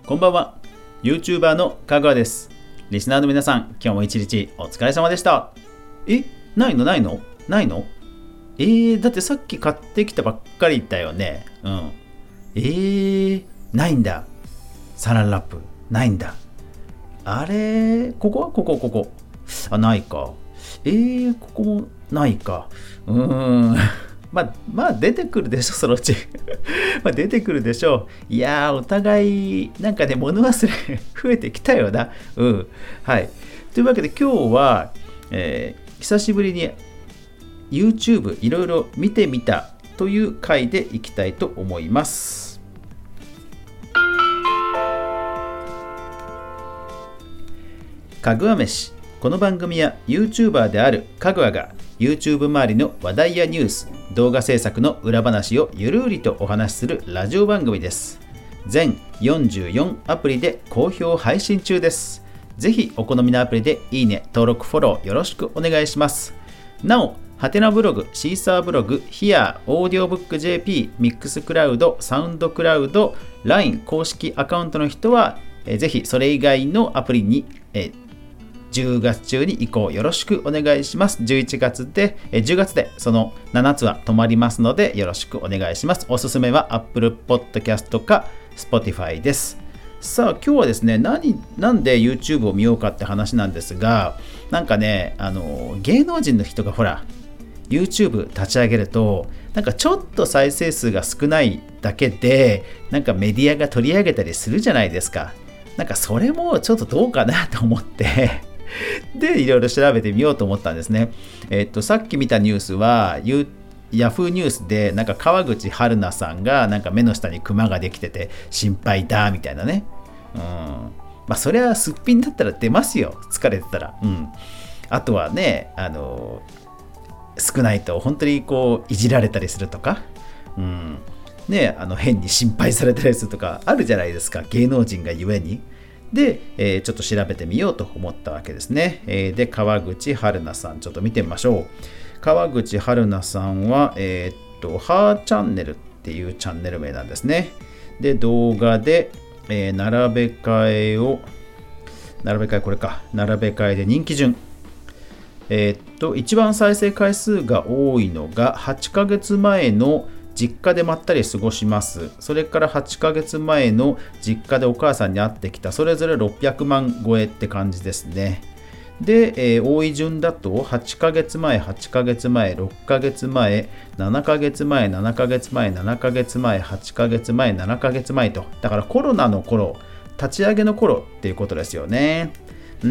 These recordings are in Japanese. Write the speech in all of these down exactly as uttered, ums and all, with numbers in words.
こんばんは。 YouTuber のかぐわです。リスナーの皆さん、今日も一日お疲れ様でした。え、ないのないのないのえー、だってさっき買ってきたばっかりだよね。うん。えー、ないんだ。サランラップないんだ。あれ、ここはここここあ、ないか。えー、ここもないか。うーんまあ、まあ出てくるでしょ、そのうちまあ出てくるでしょう。いやー、お互いなんかね、物忘れ増えてきたよな。うん。はい。というわけで今日は、えー、久しぶりに YouTube いろいろ見てみたという回でいきたいと思います。かぐわ飯。この番組は YouTuber であるかぐわが YouTube 周りの話題やニュース、動画制作の裏話をゆるりとお話しするラジオ番組です。全よんじゅうよんアプリで好評配信中です。ぜひお好みのアプリでいいね、登録、フォローよろしくお願いします。なお、ハテナブログ、シーサーブログ、ヒア、オーディオブック ジェーピー、ミックスクラウド、サウンドクラウド、ライン 公式アカウントの人は、えぜひそれ以外のアプリに、えじゅうがつ中に移行よろしくお願いします。じゅういちがつで、じゅうがつでそのななつは止まりますのでよろしくお願いします。おすすめは Apple Podcast か Spotify です。さあ今日はですね、何、なんで YouTube を見ようかって話なんですが、なんかね、あの芸能人の人がほら YouTube 立ち上げると、なんかちょっと再生数が少ないだけで、なんかメディアが取り上げたりするじゃないですか。なんかそれもちょっとどうかなと思ってで、いろいろ調べてみようと思ったんですね。えっと、さっき見たニュースは、ヤフーニュースで、なんか川口春奈さんが、なんか目の下にクマができてて心配だ、みたいなね。うん。まあ、そりゃすっぴんだったら出ますよ。疲れてたら。うん。あとはね、あの、少ないと本当にこう、いじられたりするとか、うん。ね、あの変に心配されたりするとかあるじゃないですか。芸能人がゆえに。で、えー、ちょっと調べてみようと思ったわけですね。えー、で、川口春奈さん、ちょっと見てみましょう。川口春奈さんは、えー、っと、ハーチャンネルっていうチャンネル名なんですね。で、動画で、えー、並べ替えを、並べ替えこれか、並べ替えで人気順。えー、っと、一番再生回数が多いのがはちかげつまえの実家でまったり過ごします。それからはちかげつまえの実家でお母さんに会ってきた。それぞれろっぴゃくまん超えって感じですね。で、えー、多い順だとはちかげつまえ、はちかげつまえ、ろっかげつまえ、ななかげつまえ、ななかげつまえ、ななかげつまえ、はちかげつまえ、ななかげつまえと。だからコロナの頃、立ち上げの頃っていうことですよね。うん。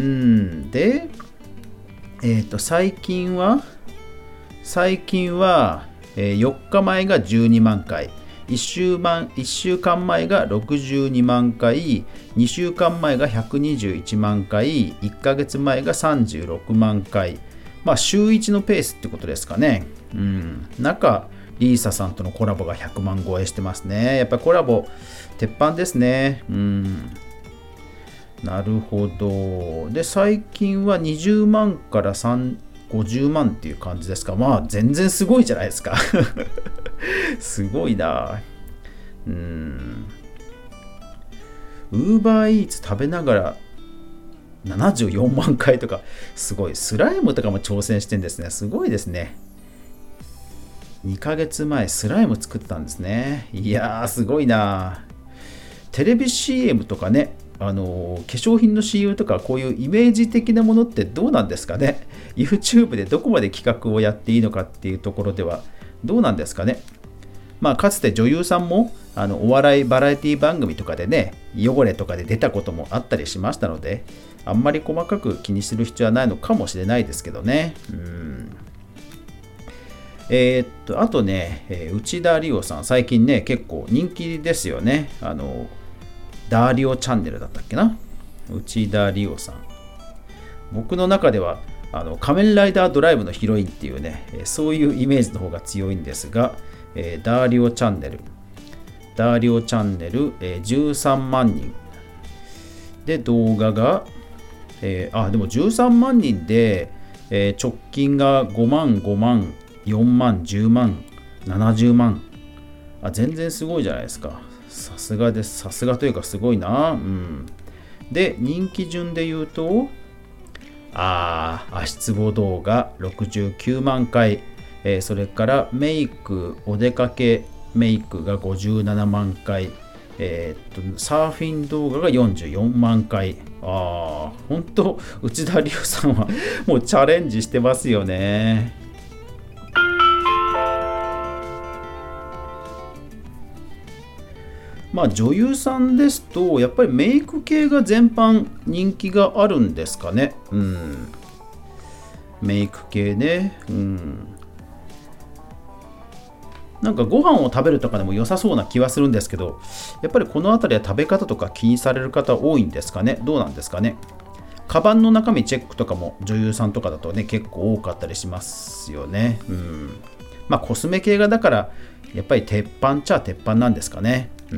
で、えっと、最近は、最近は、よっかまえがじゅうにまんかい、いっしゅうかんまえがろくじゅうにまんかい、にしゅうかんまえがひゃくにじゅういちまんかい、いっかげつまえがさんじゅうろくまんかい。まあ週いちのペースってことですかね。うん。中、リーサさんとのコラボがひゃくまん超えしてますね。やっぱりコラボ、鉄板ですね。うん。なるほど。で、最近はにじゅうまんからさんごじゅうまんっていう感じですか。まあ全然すごいじゃないですかすごいな。うーん。ウーバーイーツ食べながらななじゅうよんまんかいとか、すごい。スライムとかも挑戦してんですね。すごいですね。にかげつまえスライム作ったんですね。いやーすごいな。テレビ シーエム とかね、あの化粧品の シーエム とかこういうイメージ的なものってどうなんですかね。 YouTube でどこまで企画をやっていいのかっていうところではどうなんですかね。まあかつて女優さんもあのお笑いバラエティ番組とかでね、汚れとかで出たこともあったりしましたので、あんまり細かく気にする必要はないのかもしれないですけどね。うーんえー、っとあとね、えー、内田理央さん最近ね結構人気ですよね。あのダーリオチャンネルだったっけな。内田理央さん。僕の中ではあの仮面ライダードライブのヒロインっていうね、そういうイメージの方が強いんですが、えー、ダーリオチャンネル。ダーリオチャンネル、えー、じゅうさんまんにん。で、動画が、えー、あ、でもじゅうさんまんにんで、えー、直近がごまん、ごまん、よんまん、じゅうまん、ななじゅうまん。あ、全然すごいじゃないですか。 さすがです。さすがというかすごいな。うん。で、人気順で言うと、あー、足つぼ動画ろくじゅうきゅうまんかい、えー、それからメイク、お出かけメイクがごじゅうななまんかい、えー、っとサーフィン動画がよんじゅうよんまんかい。あー、ほんと内田理央さんはもうチャレンジしてますよね。まあ女優さんですとやっぱりメイク系が全般人気があるんですかね。うん。メイク系ね。うん。なんかご飯を食べるとかでも良さそうな気はするんですけど、やっぱりこの辺りは食べ方とか気にされる方多いんですかね。どうなんですかね。カバンの中身チェックとかも女優さんとかだとね結構多かったりしますよね。うん。まあコスメ系がだからやっぱり鉄板っちゃ鉄板なんですかね。うん。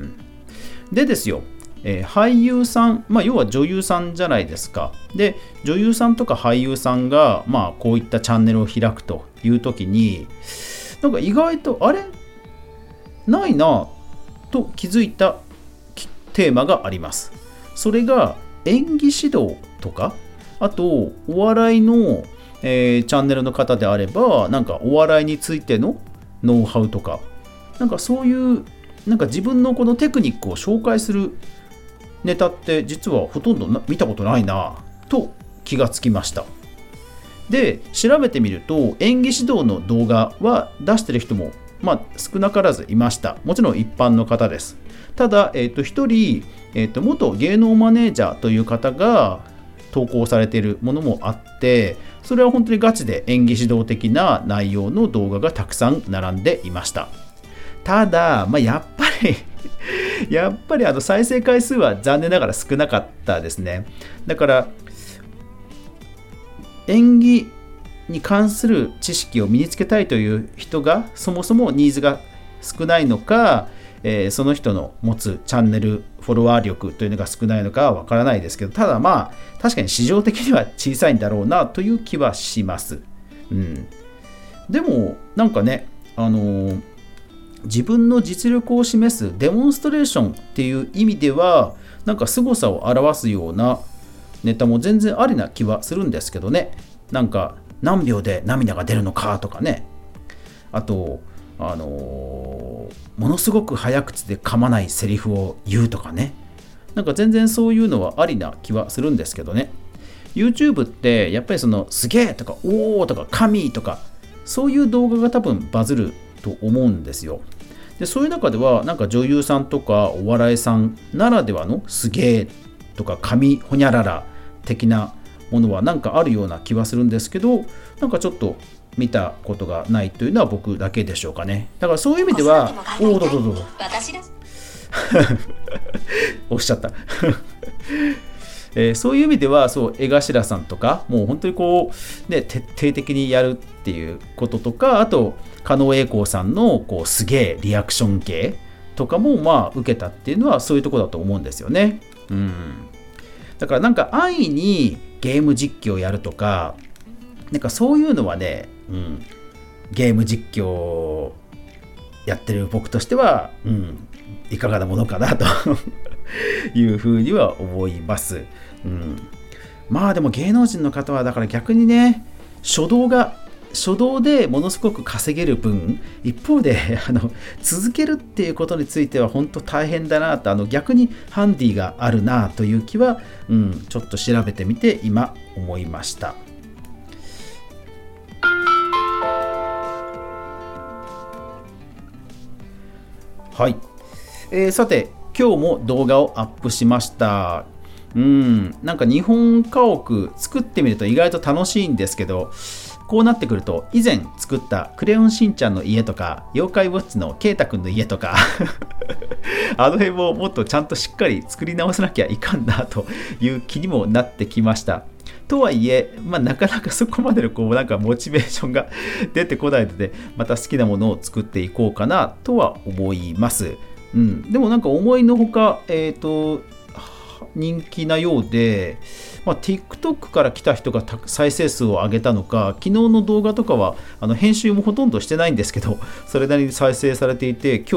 でですよ、えー、俳優さん、まあ要は女優さんじゃないですか。で女優さんとか俳優さんがまあこういったチャンネルを開くという時になんか意外とあれないなと気づいたテーマがあります。それが演技指導とか、あとお笑いの、えー、チャンネルの方であればなんかお笑いについてのノウハウとか、なんかそういうなんか自分のこのテクニックを紹介するネタって実はほとんど見たことないなと気がつきました。で調べてみると演技指導の動画は出してる人もまあ少なからずいました。もちろん一般の方です。ただ、えー、と一人、えー、と元芸能マネージャーという方が投稿されているものもあって、それは本当にガチで演技指導的な内容の動画がたくさん並んでいました。ただ、まあ、やっぱりやっぱりあの再生回数は残念ながら少なかったですね。だから演技に関する知識を身につけたいという人がそもそもニーズが少ないのか、えー、その人の持つチャンネルフォロワー力というのが少ないのかはわからないですけど、ただまあ確かに市場的には小さいんだろうなという気はします。うん、でもなんかね、あのー、自分の実力を示すデモンストレーションっていう意味ではなんか凄さを表すようなネタも全然ありな気はするんですけどね。なんか何秒で涙が出るのかとかね、あとあのー、ものすごく早口で噛まないセリフを言うとかね、なんか全然そういうのはありな気はするんですけどね。 YouTube ってやっぱりそのすげえとかおーとか神とかそういう動画が多分バズると思うんですよ。でそういう中ではなんか女優さんとかお笑いさんならではのすげえとか神ほにゃらら的なものはなんかあるような気はするんですけど、なんかちょっと見たことがないというのは僕だけでしょうかね。だからそういう意味ではおおどうぞどうぞおっしゃったえー、そういう意味ではそう江頭さんとかもう本当にこう、ね、徹底的にやるっていうこととか、あと狩野英孝さんのこうすげえリアクション系とかもまあ受けたっていうのはそういうところだと思うんですよね。うん、だからなんか安易にゲーム実況やるとかなんかそういうのはね、うん、ゲーム実況やってる僕としては、うん、いかがなものかなというふうには思います。うん、まあでも芸能人の方はだから逆にね、初動が初動でものすごく稼げる分、一方であの続けるっていうことについては本当大変だなと、あの逆にハンディがあるなという気は、うん、ちょっと調べてみて今思いました。はい、えー、さて今日も動画をアップしました。うん、なんか日本家屋作ってみると意外と楽しいんですけど、こうなってくると以前作ったクレヨンしんちゃんの家とか妖怪ウォッチのケイタくんの家とかあの辺ももっとちゃんとしっかり作り直さなきゃいかんなという気にもなってきました。とはいえ、まあ、なかなかそこまでのこうなんかモチベーションが出てこないので、また好きなものを作っていこうかなとは思います。うん、でもなんか思いのほか、えーと、人気なようで、まあ、TikTok から来た人が再生数を上げたのか、昨日の動画とかはあの編集もほとんどしてないんですけど、それなりに再生されていて、今日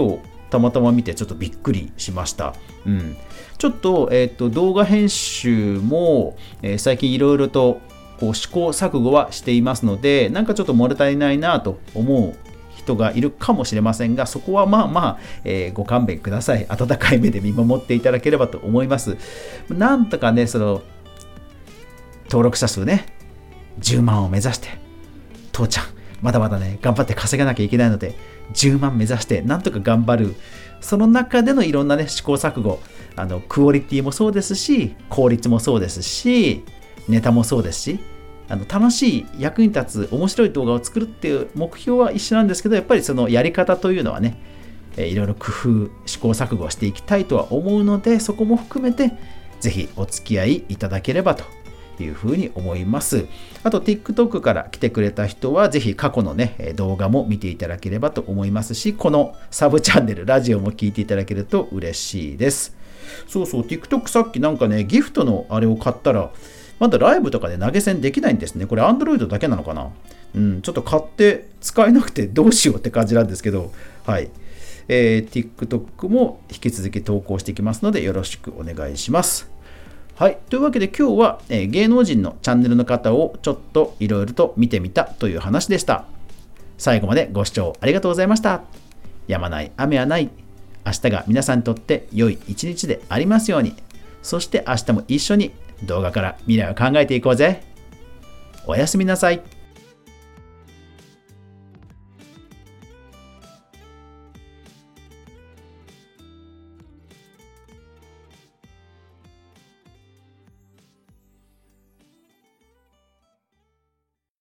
たまたま見てちょっとびっくりしました。うん、ちょっと、えーと、動画編集も、えー、最近いろいろとこう試行錯誤はしていますので、なんかちょっと物足りないなと思う人がいるかもしれませんが、そこはまあまあ、えー、ご勘弁ください。温かい目で見守っていただければと思います。なんとかね、その登録者数ね、じゅうまんを目指して、父ちゃんまだまだね頑張って稼がなきゃいけないのでじゅうまん目指してなんとか頑張る。その中でのいろんなね試行錯誤、あのクオリティもそうですし、効率もそうですし、ネタもそうですし、あの楽しい役に立つ面白い動画を作るっていう目標は一緒なんですけど、やっぱりそのやり方というのはね、えいろいろ工夫試行錯誤していきたいとは思うので、そこも含めてぜひお付き合いいただければというふうに思います。あと TikTok から来てくれた人はぜひ過去のね動画も見ていただければと思いますし、このサブチャンネルラジオも聞いていただけると嬉しいです。そうそう、 TikTok さっきなんかねギフトのあれを買ったらまだライブとかで投げ銭できないんですね。これ Android だけなのかな。うん、ちょっと買って使えなくてどうしようって感じなんですけど、はい、えー、TikTok も引き続き投稿していきますのでよろしくお願いします。はい、というわけで今日は、えー、芸能人のチャンネルの方をちょっといろいろと見てみたという話でした。最後までご視聴ありがとうございました。やまない雨はない。明日が皆さんにとって良い一日でありますように。そして明日も一緒に動画から未来を考えていこうぜ。おやすみなさい。